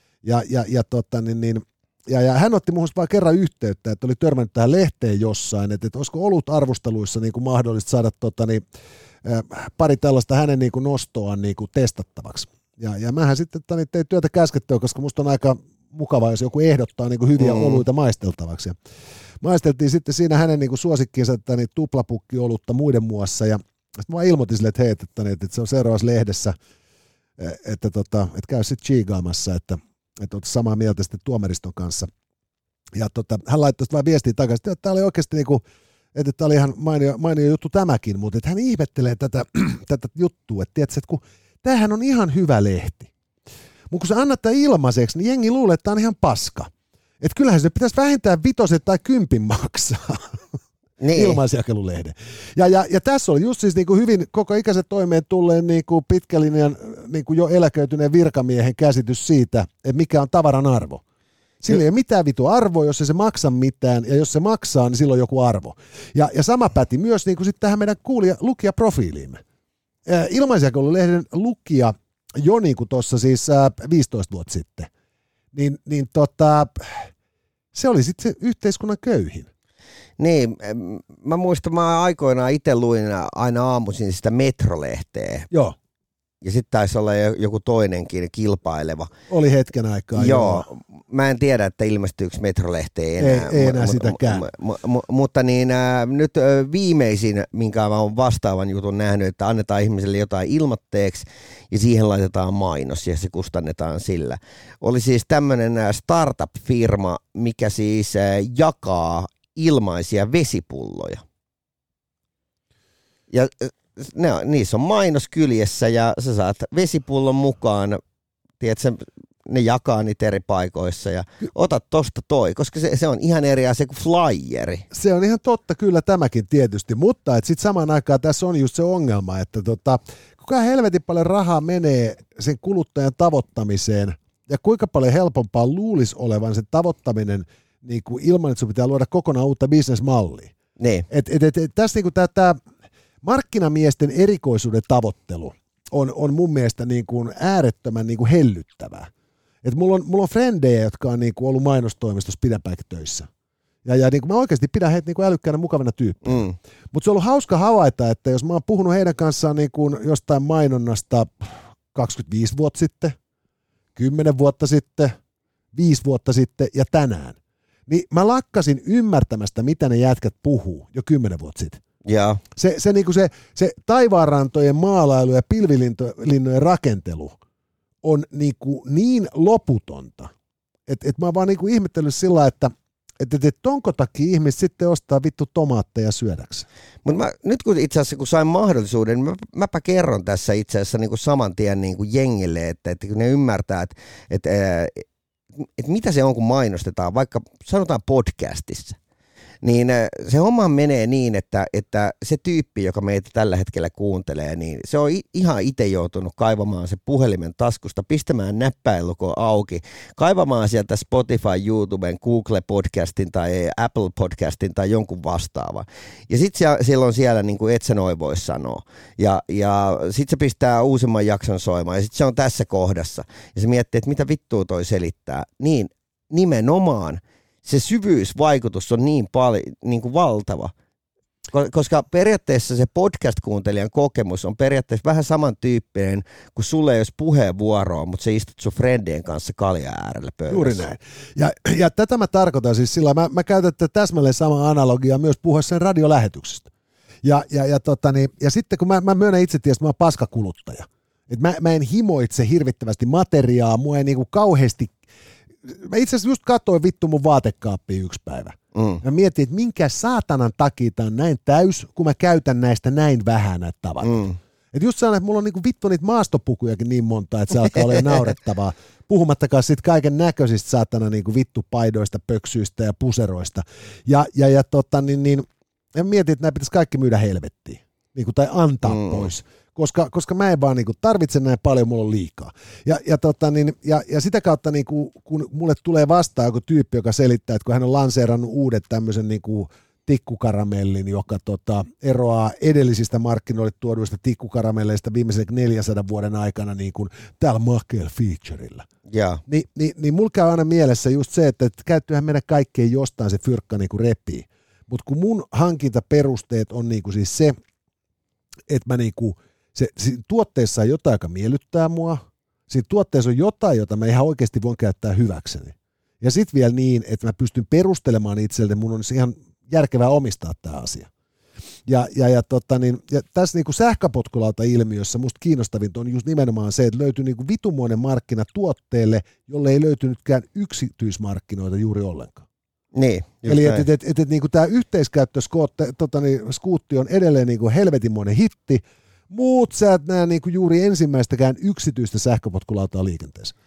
ja hän otti muuhun vaan kerran yhteyttä, että oli törmännyt tähän lehteen jossain, että olisiko ollut arvosteluissa niin kuin mahdollista saada pari tällaista hänen niin kuin nostoaan niin kuin testattavaksi. Ja mähän sitten tein työtä käskettyä, koska musta on aika mukavaa, jos joku ehdottaa niin kuin hyviä oluita maisteltavaksi. Ja maisteltiin sitten siinä hänen niin kuin suosikkiinsa tuplapukkiolutta muiden muassa, ja sitten mä ilmoitin sille, että hei, että se on seuraavassa lehdessä, että käy sitten chiigaamassa, että olet samaa mieltä sitten tuomariston kanssa. Ja hän laittoi sitten vaan viestiä takaisin, että tämä oli oikeasti niinku, että tämä oli ihan mainio juttu tämäkin, mutta että hän ihmettelee tätä juttua, että tiedätkö, että kun tämähän on ihan hyvä lehti. Mutta kun sä annat tämän ilmaiseksi, niin jengi luulee, että tämä on ihan paska. Että kyllähän se pitäisi vähintään 5 tai 10 maksaa. Niin. Ilmaisjakelulehden. Ja tässä oli just siis niinku hyvin koko ikäiset toimeen tulleen niinku pitkälinjan niinku jo eläköityneen virkamiehen käsitys siitä, että mikä on tavaran arvo. Sillä ei ole mitään vitu arvoa, jos ei se maksa mitään, ja jos se maksaa, niin silloin on joku arvo. Ja sama päti myös niinku sit tähän meidän lukijaprofiiliimme. Ilmaisjakelulehden lukija jo niinku tuossa siis 15 vuotta sitten, niin se oli sitten se yhteiskunnan köyhin. Niin, mä muistan, mä aikoinaan itse luin aina aamuisin sitä Metrolehteä. Joo. Ja sitten taisi olla joku toinenkin kilpaileva. Oli hetken aikaa. Joo. Mä en tiedä, että ilmestyykö Metrolehteä enää. Ei enää sitäkään. Mutta niin, nyt viimeisin, minkä mä oon vastaavan jutun nähnyt, että annetaan ihmiselle jotain ilmoitteeksi ja siihen laitetaan mainos ja se kustannetaan sillä. Oli siis tämmöinen startup-firma, mikä siis jakaa ilmaisia vesipulloja. Ja niissä on mainos kyljessä ja sä saat vesipullon mukaan, tiedätkö, ne jakaa niitä eri paikoissa ja otat tosta toi, koska se on ihan eri asia kuin flyeri. Se on ihan totta kyllä tämäkin tietysti, mutta sitten samaan aikaan tässä on just se ongelma, että kuinka helvetin paljon rahaa menee sen kuluttajan tavoittamiseen ja kuinka paljon helpompaa luulisi olevan sen tavoittaminen niin kuin ilman, että sun pitää luoda kokonaan uutta bisnesmallia. Niin. Tässä niin tämä markkinamiesten erikoisuuden tavoittelu on mun mielestä niin kuin äärettömän niin kuin hellyttävää. Et mulla on frendejä, jotka on niin kuin ollut mainostoimistossa pidempäänkin töissä. Ja niin kuin mä oikeasti pidän heitä niin kuin älykkäänä mukavana tyyppinä. Mutta se on ollut hauska havaita, että jos mä oon puhunut heidän kanssaan niin kuin jostain mainonnasta 25 vuotta sitten, 10 vuotta sitten, 5 vuotta sitten ja tänään, niin mä lakkasin ymmärtämästä, mitä ne jätkät puhuu jo 10 vuotta sitten. Yeah. Se taivaanrantojen maalailu ja pilvilinnojen rakentelu on niin loputonta, että mä oon vaan ihmetellyt sillä, että onko takia ihmiset sitten ostaa vittu tomaatteja syödäkseen. Mutta nyt kun itse asiassa kun sain mahdollisuuden, mäpä kerron tässä itse asiassa saman tien jengille, että kun ne ymmärtää, että mitä se on, kun mainostetaan, vaikka sanotaan podcastissa, niin se homma menee niin, että se tyyppi, joka meitä tällä hetkellä kuuntelee, niin se on ihan itse joutunut kaivamaan se puhelimen taskusta, pistämään näppäinlukon auki, kaivamaan sieltä Spotify, YouTuben, Google-podcastin tai Apple-podcastin tai jonkun vastaavan. Ja sitten siellä on siellä, niin kuin et sä noin voi sanoa. Ja sitten se pistää uusimman jakson soimaan ja sitten se on tässä kohdassa. Ja se miettii, että mitä vittua toi selittää. Niin nimenomaan se syvyysvaikutus on niin paljon, niin kuin valtava, Koska periaatteessa se podcast-kuuntelijan kokemus on periaatteessa vähän samantyyppinen kuin sulle ei olisi puheenvuoroa, mutta sä istut sun friendien kanssa kalja äärellä pöydässä. Juuri näin. Ja tätä mä tarkoitan siis sillä mä käytän täsmälleen sama analogia myös puhuessa radiolähetyksestä. Ja sitten kun mä myönnän itse tietysti, mä oon paskakuluttaja. Et mä en himoitse hirvittävästi materiaa, mua ei niinku kauheasti. Mä itse asiassa just katsoin vittu mun vaatekaappia yksi päivä. Mä mietin, että minkä saatanan takia tää on näin täys, kun mä käytän näistä näin vähän näitä tavaroita. Et just sanon, että mulla on niinku vittu niitä maastopukujakin niin monta, että se alkaa olla naurettavaa. Puhumattakaan sit kaiken näköisistä saatana niinku vittupaidoista, pöksyistä ja puseroista. Ja mietin, että nämä pitäisi kaikki myydä helvettiin. Niinku, tai antaa pois. Koska mä en vaan niinku tarvitse näin paljon, mulla on liikaa. Ja sitä kautta niinku, kun mulle tulee vastaan joku tyyppi, joka selittää, että kun hän on lanseerannut uudet tämmöisen niinku tikkukaramellin, joka eroaa edellisistä markkinoille tuoduista tikkukaramelleista viimeisen 400 vuoden aikana niin kuin täällä makealla featureilla. Yeah. Niin mulla käy aina mielessä just se, että käyttyyhän meidän kaikkeen jostain se fyrkka niinku repii. Mutta kun mun hankintaperusteet on niinku siis se, että mä niinku tuotteessa on jotain, joka miellyttää mua. Siinä tuotteessa on jotain, jota mä ihan oikeasti voin käyttää hyväkseni. Ja sitten vielä niin, että mä pystyn perustelemaan itselleni, mun on ihan järkevää omistaa tämä asia. Ja tässä niinku sähköpotkulauta-ilmiössä musta kiinnostavinta on just nimenomaan se, että löytyy niinku vitumoinen markkina tuotteelle, jolle ei löytynytkään yksityismarkkinoita juuri ollenkaan. Niin, eli että niinku tämä yhteiskäyttöskuutti on edelleen niinku helvetinmoinen hitti, mutta sä et näe niinku juuri ensimmäistäkään yksityistä sähköpotkulautaa liikenteessä.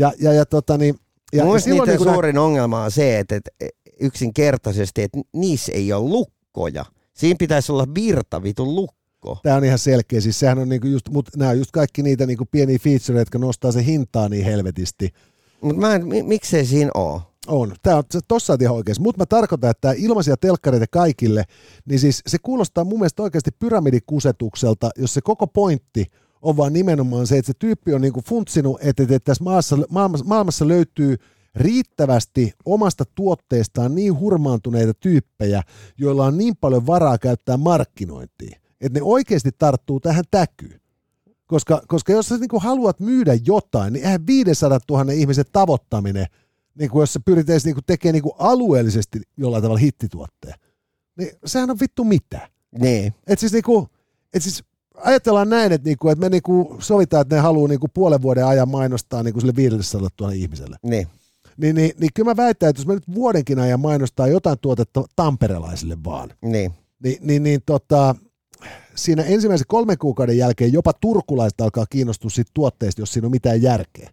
Mielestäni niiden niinku suurin ongelma on se, että yksinkertaisesti, että niissä ei ole lukkoja. Siinä pitäisi olla vitun lukko. Tämä on ihan selkeä. Siis sehän on niinku nämä on just kaikki niitä niinku pieniä featureita, jotka nostaa se hintaa niin helvetisti. Mutta miksei siinä ole? On. Tossa on ihan oikeassa. Mutta mä tarkoitan, että tämä ilmaisia telkkareita kaikille, niin siis se kuulostaa mun mielestä oikeasti pyramidikusetukselta, jos se koko pointti on vaan nimenomaan se, että se tyyppi on niinku funtsinut, että tässä maailmassa löytyy riittävästi omasta tuotteestaan niin hurmaantuneita tyyppejä, joilla on niin paljon varaa käyttää markkinointiin, että ne oikeasti tarttuu tähän täkyyn. Koska jos sä niinku haluat myydä jotain, niin eihän 500 000 ihmisen tavoittaminen, niinku jos sä pyrit edes niinku tekemään niinku alueellisesti jollain tavalla hittituotteen, niin sehän on vittu mitä. Niin. Et siis ajatellaan näin, että me niinku sovitaan, että ne haluaa niinku puolen vuoden ajan mainostaa niinku sille 500 000 ihmiselle. Niin. Niin kyllä mä väitän, että jos me nyt vuodenkin ajan mainostaa jotain tuotetta tamperelaisille vaan, niin siinä ensimmäisen 3 kuukauden jälkeen jopa turkulaiset alkaa kiinnostua siitä tuotteesta, jos siinä on mitään järkeä.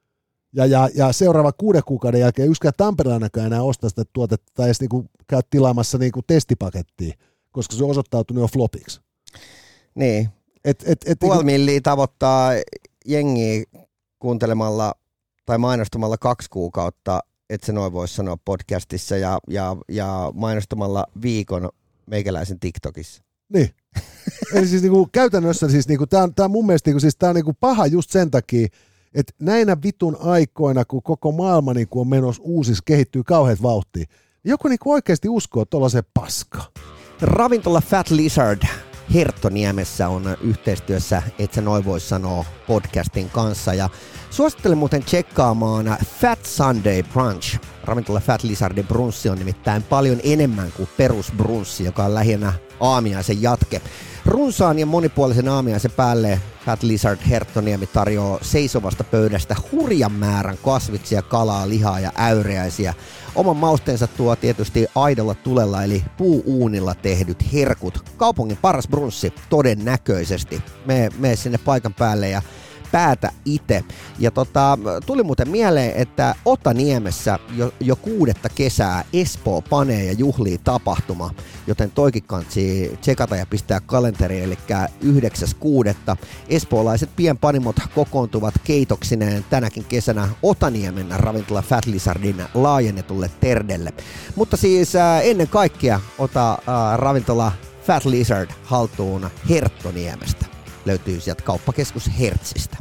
Ja seuraava 6 kuukauden jälkeen yksikään tamperelainakaan enää ostaa sitä tuotetta tai edes niinku käy tilaamassa niinku testipakettia, koska se on osoittautunut jo flopiksi. Niin. Puoli milliä tavoittaa jengiä kuuntelemalla tai mainostamalla 2 kuukautta, että se noin voisi sanoa podcastissa ja mainostamalla viikon meikäläisen TikTokissa. Niin. Eli siis niinku käytännössä siis niinku tää mun mielestä niinku siis tää on niinku paha just sen takia, että näinä vitun aikoina, kun koko maailma niinku on menossa uusiksi, kehittyy kauheat vauhtia, joku niinku oikeasti uskoo tuollaiseen paskaan. Ravintola Fat Lizard Herttoniemessä on yhteistyössä, et sä noin vois sanoa, podcastin kanssa. Ja suosittelen muuten tsekkaamaan Fat Sunday Brunch. Ravintola Fat Lizardin brunssi on nimittäin paljon enemmän kuin perusbrunssi, joka on lähinnä aamiaisen jatke. Runsaan ja monipuolisen aamiaisen päälle Fat Lizard Herttoniemi tarjoaa seisovasta pöydästä hurjan määrän kasviksia, kalaa, lihaa ja äyriäisiä. Oman mausteensa tuo tietysti aidolla tulella eli puuuunilla tehdyt herkut. Kaupungin paras brunssi todennäköisesti. Mene sinne paikan päälle ja päätä itse. Ja tuli muuten mieleen, että Otaniemessä jo 6. kesää Espoo panee ja juhlii tapahtuma, joten toikin kansi tsekata ja pistää kalenteriin, eli 9.6. Espoolaiset pienpanimot kokoontuvat keitoksineen tänäkin kesänä Otaniemen ravintola Fat Lizardin laajennetulle terdelle. Mutta siis ennen kaikkea ota ravintola Fat Lizard haltuun Herttoniemestä. Löytyy sieltä kauppakeskus Hertzistä.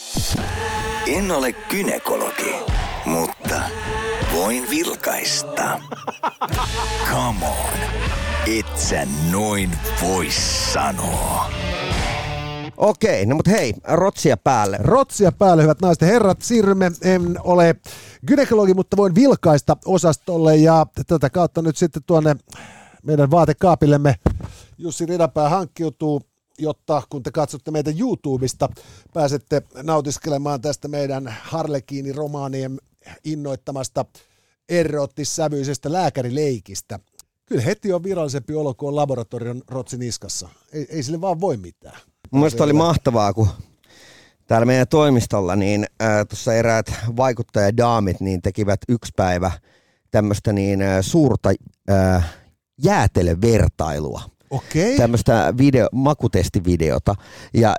En ole gynekologi, mutta voin vilkaista. Come on. Et sä noin voi sanoa. Okei, no mutta hei, rotsia päälle. Rotsia päälle, hyvät naiset ja herrat. Siirrymme, en ole gynekologi, mutta voin vilkaista osastolle ja tätä kautta nyt sitten tuonne meidän vaatekaapillemme Jussi Ridapää hankkiutuu, jotta kun te katsotte meitä YouTubesta, pääsette nautiskelemaan tästä meidän Harlekiini-romaanien innoittamasta eroottissävyisestä lääkärileikistä. Kyllä heti on virallisempi olo kuin on laboratorion rotsi niskassa. Ei sille vaan voi mitään. Mun mielestä oli mahtavaa, kun täällä meidän toimistolla niin tuossa eräät vaikuttajadaamit niin tekivät yksi päivä tämmöistä niin suurta jäätelövertailua. Okei. Tämmöistä makutestivideota ja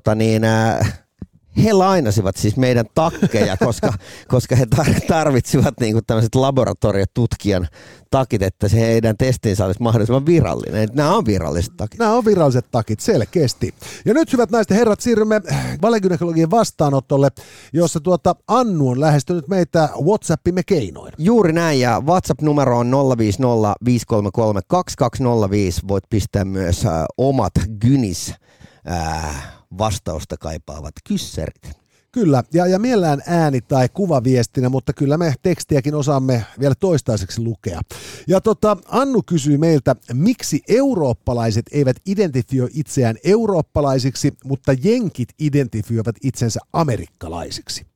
he lainasivat siis meidän takkeja, koska he tarvitsivat niinku tämmöiset laboratoriotutkijan takit, että se heidän testinsä olisi mahdollisimman virallinen. Nämä on viralliset takit. Nämä on viralliset takit, selkeästi. Ja nyt, hyvät naiset ja herrat, siirrymme valegynekologien vastaanotolle, jossa Annu on lähestynyt meitä WhatsAppimme keinoin. Juuri näin, ja WhatsApp-numero on 050 533 2205. Voit pistää myös omat gynis vastausta kaipaavat kyssärit. Kyllä, ja mielellään ääni- tai kuvaviestinä, mutta kyllä me tekstiäkin osaamme vielä toistaiseksi lukea. Ja Annu kysyy meiltä, miksi eurooppalaiset eivät identifioi itseään eurooppalaisiksi, mutta jenkit identifioivat itsensä amerikkalaisiksi?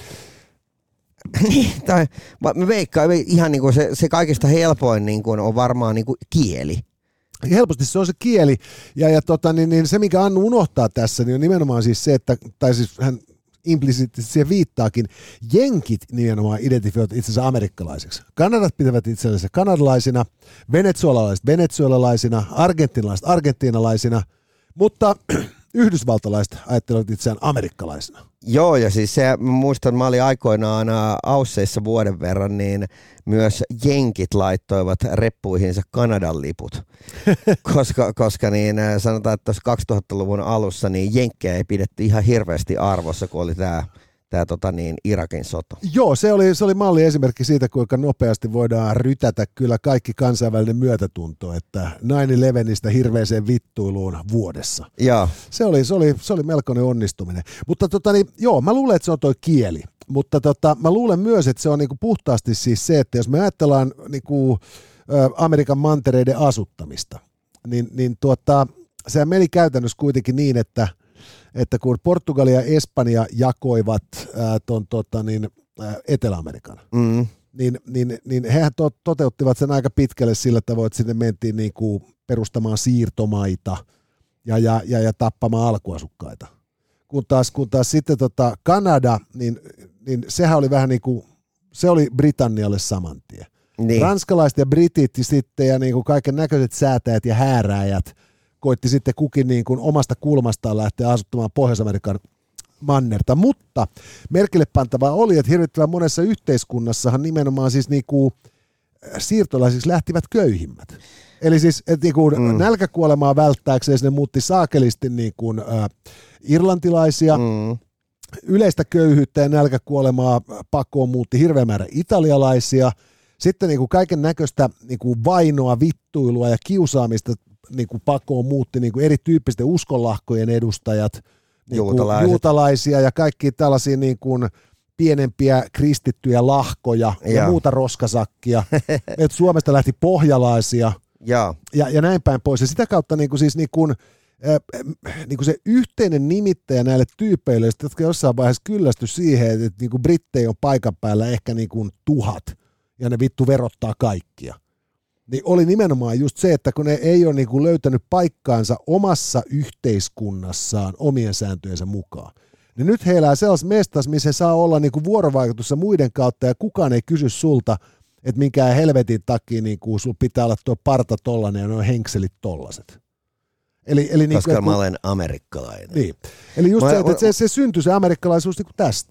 Mä veikkaan ihan niin kuin se kaikista helpoin niin kuin on varmaan niin kuin kieli. Helposti se on se kieli, ja se mikä Annu unohtaa tässä, niin on nimenomaan siis se, että, tai siis hän implisiittisesti siihen viittaakin, jenkit nimenomaan identifioivat itsensä amerikkalaisiksi. Kanadat pitävät itsensä kanadalaisina, venezuelalaiset venezuelalaisina, argentinalaiset argentiinalaisina, mutta yhdysvaltalaiset ajattelevat itseään amerikkalaisina. Joo, ja siis mä muistan, mä olin aikoinaan Ausseissa vuoden verran, niin myös jenkit laittoivat reppuihinsa Kanadan liput, koska niin sanotaan, että tuossa 2000-luvun alussa niin jenkkejä ei pidetty ihan hirveästi arvossa, kun oli tämä Irakin sota. Joo, se oli malli esimerkki siitä, kuinka nopeasti voidaan rytätä kyllä kaikki kansainvälinen myötätunto, että 9/11 hirveäseen vittuiluun vuodessa. Joo. Se oli melkoinen onnistuminen. Mutta joo, mä luulen, että se on toi kieli. Mutta mä luulen myös, että se on niinku puhtaasti siis se, että jos me ajatellaan niinku Amerikan mantereiden asuttamista, niin sehän meni käytännössä kuitenkin niin, että kun Portugali ja Espanja jakoivat Etelä-Amerikan, niin hehän toteuttivat sen aika pitkälle sillä tavoin, että sinne mentiin niinku perustamaan siirtomaita ja tappamaan alkuasukkaita. Kun taas sitten Kanada, niin sehän oli vähän niin kuin, se oli Britannialle saman tien. Niin. Ranskalaiset ja britit sitten ja niin kuin kaiken näköiset säätäjät ja häärääjät koitti sitten kukin niin kuin omasta kulmastaan lähteä asuttamaan Pohjois-Amerikan mannerta, mutta merkille pantavaa oli, että hirvittävän monessa yhteiskunnassahan nimenomaan siis niin kuin siirtolaisiksi lähtivät köyhimmät. Eli siis että niin kuin nälkäkuolemaa välttääkseen ne muutti saakelisti niin kuin irlantilaisia, yleistä köyhyyttä ja nälkäkuolemaa pakoon muutti hirveä määrä italialaisia, sitten niin kuin kaiken näköistä niin kuin vainoa, vittuilua ja kiusaamista niin kuin pakoon muutti niin kuin erityyppisten uskonlahkojen edustajat, niin kuin juutalaisia ja kaikki tällaisia niin kuin pienempiä kristittyjä lahkoja ja muuta roskasakkia, että Suomesta lähti pohjalaisia ja näin päin pois. Ja sitä kautta niin kuin siis niin kuin se yhteinen nimittäjä näille tyypeille, jotka jossain vaiheessa kyllästy siihen, että niin kuin brittejä on paikan päällä ehkä niin kuin 1000 ja ne vittu verottaa kaikkia. Niin oli nimenomaan just se, että kun ne ei ole niin kuin löytänyt paikkaansa omassa yhteiskunnassaan omien sääntöjensä mukaan. Niin nyt he elää sellaisessa mestassa, missä he saa olla niin kuin vuorovaikutussa muiden kautta ja kukaan ei kysy sulta, että minkään helvetin takia niin kuin sulla pitää olla tuo parta tollainen ja nuo henkselit tollaset. Eli koska niin, mä olen amerikkalainen. Niin. Eli just se, että se syntyi se amerikkalaisuus niin kuin tästä.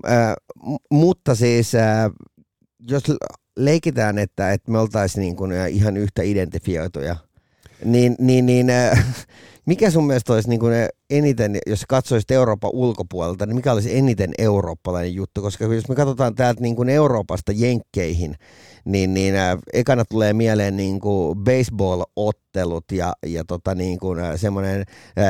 Mutta siis jos leikitään, että me oltaisiin niin kuin ihan yhtä identifioituja Mikä sun mielestä olisi niin kuin eniten, jos katsoisit Euroopan ulkopuolelta, niin mikä olisi eniten eurooppalainen juttu? Koska jos me katsotaan täältä niin kuin Euroopasta jenkkeihin, niin ekana tulee mieleen niin kuin baseball-ottelut ja niin kuin semmoinen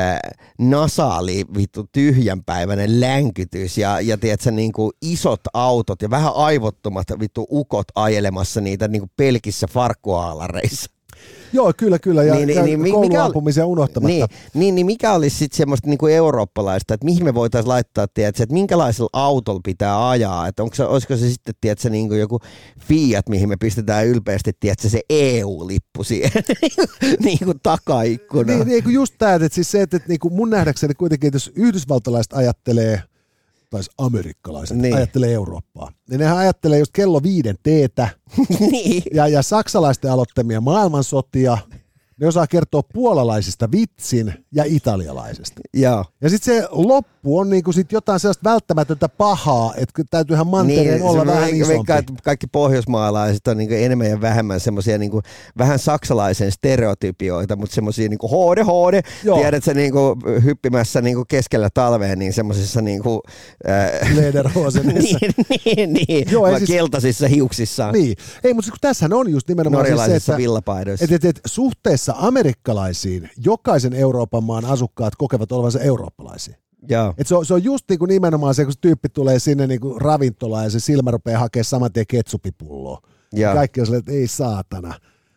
nasaali vittu tyhjänpäiväinen länkytys ja tiedätkö, niin kuin isot autot ja vähän aivottomat vittu ukot ajelemassa niitä niin kuin pelkissä farkkuhaalareissa. Joo, kyllä, ja kouluampumisia unohtamatta. Niin, mikä olisi sitten semmoista niinku eurooppalaista, että mihin me voitaisiin laittaa, tiedätkö, että minkälaisella autolla pitää ajaa, että olisiko se sitten, tiedätkö, niinku joku Fiat, mihin me pistetään ylpeästi, tiedätkö, se EU-lippu siihen niinku takaikkunaan. Niin, just tämä, että siis se, että niinku mun nähdäkseni kuitenkin, että jos yhdysvaltalaiset ajattelee, tai amerikkalaiset ajattelee Eurooppaa, niin nehän ajattelee just kello 5 teetä niin. ja saksalaisten aloittamia maailmansotia. Ne osaa kertoa puolalaisista vitsin ja italialaisesta. Joo. Ja sitten se loppu on niinku sit jotain sellaista välttämätöntä pahaa, että täytyyhän mantereen olla vähän isompi. Kaikki pohjoismaalaiset on niinku enemmän ja vähemmän semmoisia niinku, vähän saksalaisen stereotypioita, mutta semmoisia niinku hoode, tiedätkö niinku, hyppimässä niinku keskellä talvea niin semmoisissa niinku, lederhosenissa. niin, joo, siis, keltaisissa hiuksissaan. Niin, ei, mutta tässähän on just nimenomaan norjalaisissa se, että villapaidoissa. Et suhteessa amerikkalaisiin jokaisen Euroopan maan asukkaat kokevat olevansa eurooppalaisia. Et se on just niinku nimenomaan se, kun se tyyppi tulee sinne niinku ravintolaan ja se silmä rupeaa hakemaan saman tien ketsupipulloa. Kaikki on silleen, että ei saatana.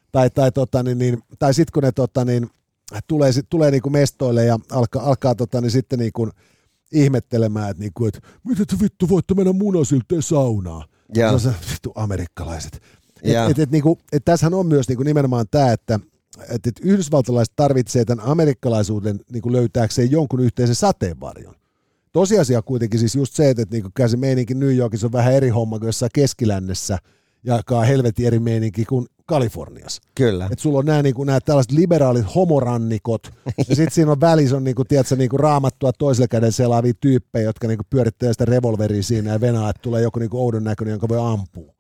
Tai sitten kun ne tulee niinku mestoille ja alkaa sitten niinku ihmettelemään, että niinku, et, miten te vittu voitte mennä munasilteen saunaan. Se on se vittu amerikkalaiset. Et tässähän on myös niinku nimenomaan tämä, että yhdysvaltalaiset tarvitsee tämän amerikkalaisuuden niinku löytääkseen jonkun yhteisen sateenvarjon. Tosiasia kuitenkin siis just se, että niinku se meininki New Yorkissa on vähän eri homma kuin jossain keskilännessä ja helvetin eri meininki kuin Kaliforniassa. Kyllä. Että sulla on nämä tällaiset liberaalit homorannikot ja sitten siinä on välissä on niinku raamattua toisella käden selaavia tyyppejä, jotka niinku pyörittää sitä revolveria siinä ja venaa, että tulee joku niinku oudon näköinen, jonka voi ampua.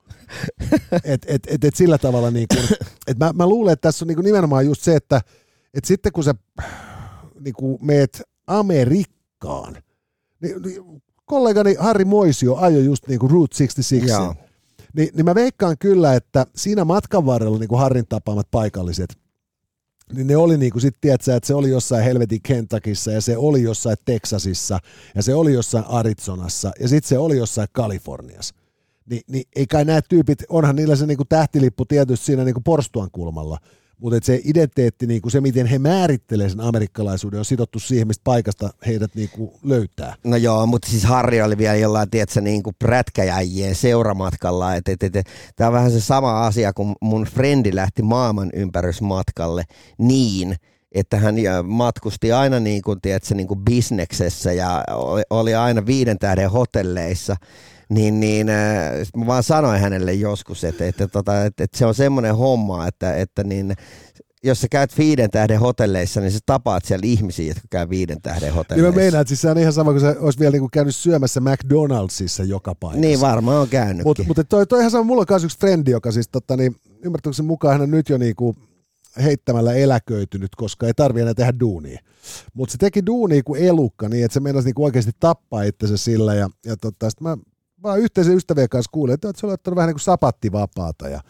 Et sillä tavalla niinku, mä luulen, että tässä on niinku nimenomaan just se, että sitten kun sä niinku meet Amerikkaan, niin kollegani Harri Moisio ajoi just niinku Route 66, niin mä veikkaan kyllä, että siinä matkan varrella niinku Harrin tapaamat paikalliset, niin ne oli niinku sit, tiedätkö, että se oli jossain helvetin Kentuckissa ja se oli jossain Texasissa ja se oli jossain Arizonassa ja sitten se oli jossain Kaliforniassa. Niin ei kai nämä tyypit, onhan niillä se niinku tähtilippu tietysti siinä niinku porstuan kulmalla, mutta se identiteetti, niinku se miten he määrittelee sen amerikkalaisuuden, on sidottu siihen, mistä paikasta heidät niinku löytää. No joo, mutta siis Harri oli vielä jollain, tiedätkö, niinku prätkäjäjien seuramatkalla. Tämä on vähän se sama asia, kun mun frendi lähti maailman ympärysmatkalle niin, että hän matkusti aina niin kuin, tiedätkö, niin kuin bisneksessä ja oli aina 5 tähden hotelleissa. Niin mä vaan sanoin hänelle joskus, että se on semmoinen homma, että niin, jos sä käyt 5 tähden hotelleissa, niin sä tapaat siellä ihmisiä, jotka käy 5 tähden hotelleissa. Niin mä meinaan, että siis se on ihan sama, kun sä olisi vielä niinku käynyt syömässä McDonaldsissa joka paikassa. Niin varmaan on käynytkin. Mutta toi ihan sama, mulla on myös yksi frendi, joka siis ymmärtääkseni mukaan hän on nyt jo niinku heittämällä eläköitynyt, koska ei tarvitse enää tehdä duunia. Mutta se teki duunia kuin elukka, niin että se meinasi niinku oikeasti tappaa itsensä sillä ja sitten mä vaan yhteisen ystävien kanssa kuulin, että se oli ottanut vähän niin kuin sapattivapaata ja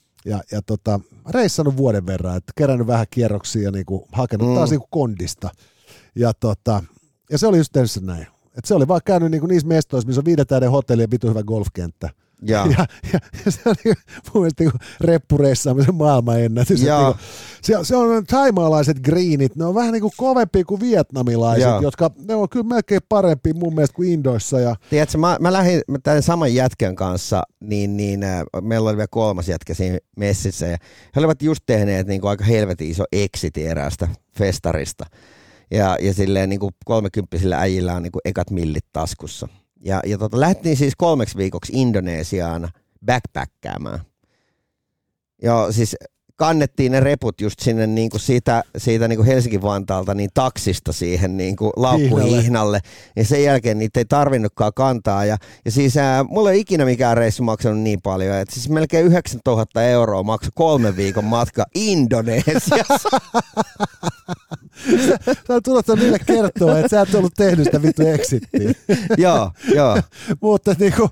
reissannut vuoden verran, että kerännyt vähän kierroksia ja niin kuin hakenut taas niin kuin kondista. Ja se oli just tehnyt näin. Että se oli vaan käynyt niin kuin niissä mestoissa, missä on 5 tähden hotelli ja vitu hyvä golfkenttä. Ja se oli mun mielestä niin reppureissaamisen maailmanennätys. Niin se on taimaalaiset greenit, ne on vähän niin kuin kovempia kuin vietnamilaiset, jotka ne on kyllä melkein parempia mun mielestä kuin Indoissa. Ja tiedätkö, mä lähdin tämän saman jätkän kanssa, niin meillä oli vielä 3. jätkä siinä messissä ja he olivat just tehneet niin kuin aika helvetin iso exit eräästä festarista. Ja silleen niin kuin 30-sillä äijillä on niin kuin ekat millit taskussa. Ja lähdettiin siis 3 viikoksi Indonesiaan backpackkäämään. Ja siis kannettiin ne reput just sinne niinku siitä niinku Helsinki-Vantaalta niin taksista siihen niinku laukkuhihnalle. Ja sen jälkeen niitä ei tarvinnutkaan kantaa. Ja siis mulla ei ikinä mikään reissu maksanut niin paljon. Et siis melkein 9 000 € maksoi 3 viikon matka Indonesiassa. Sä oot tullut niille kertoa, että sä et ollut tehnyt sitä vittu exittiä. Joo. Mutta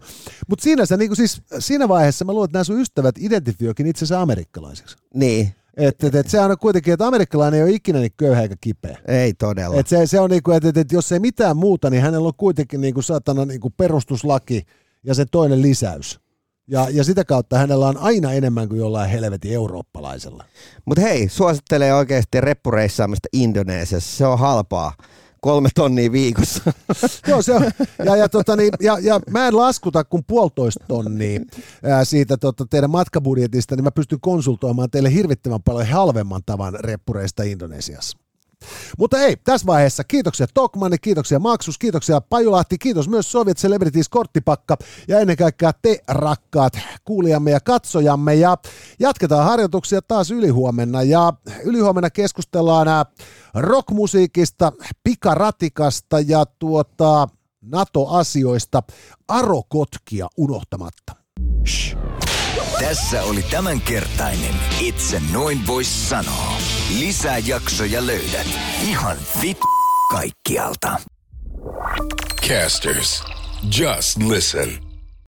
siinä vaiheessa mä luulen, että nämä sun ystävät identifioikin itse asiassa amerikkalaiseksi. Niin. Että se on kuitenkin, että amerikkalainen ei ole ikinä niin köyhä eikä kipeä. Ei todella. Että se on niin kuin, että jos ei mitään muuta, niin hänellä on kuitenkin niin kuin saatana niin kuin perustuslaki ja sen toinen lisäys. Ja sitä kautta hänellä on aina enemmän kuin jollain helvetin eurooppalaisella. Mutta hei, suosittelee oikeasti reppureissaamista Indonesiassa. Se on halpaa. 3 tonnia viikossa. Joo, se on. Ja mä en laskuta kuin 1,5 tonnia siitä teidän matkabudjetista, niin mä pystyn konsultoimaan teille hirvittävän paljon halvemman tavan reppureista Indonesiassa. Mutta ei, tässä vaiheessa kiitoksia Tokmanni, kiitoksia Maksus, kiitoksia Pajulahti, kiitos myös Soviet Celebrities Korttipakka ja ennen kaikkea te rakkaat kuulijamme ja katsojamme ja jatketaan harjoituksia taas ylihuomenna ja ylihuomenna keskustellaan rockmusiikista, pikaratikasta ja NATO-asioista Arokotkia unohtamatta. Shh. Tässä oli tämänkertainen Itse noin vois sanoa. Lisää jaksoja löydät ihan kaikkialta. Casters, just listen.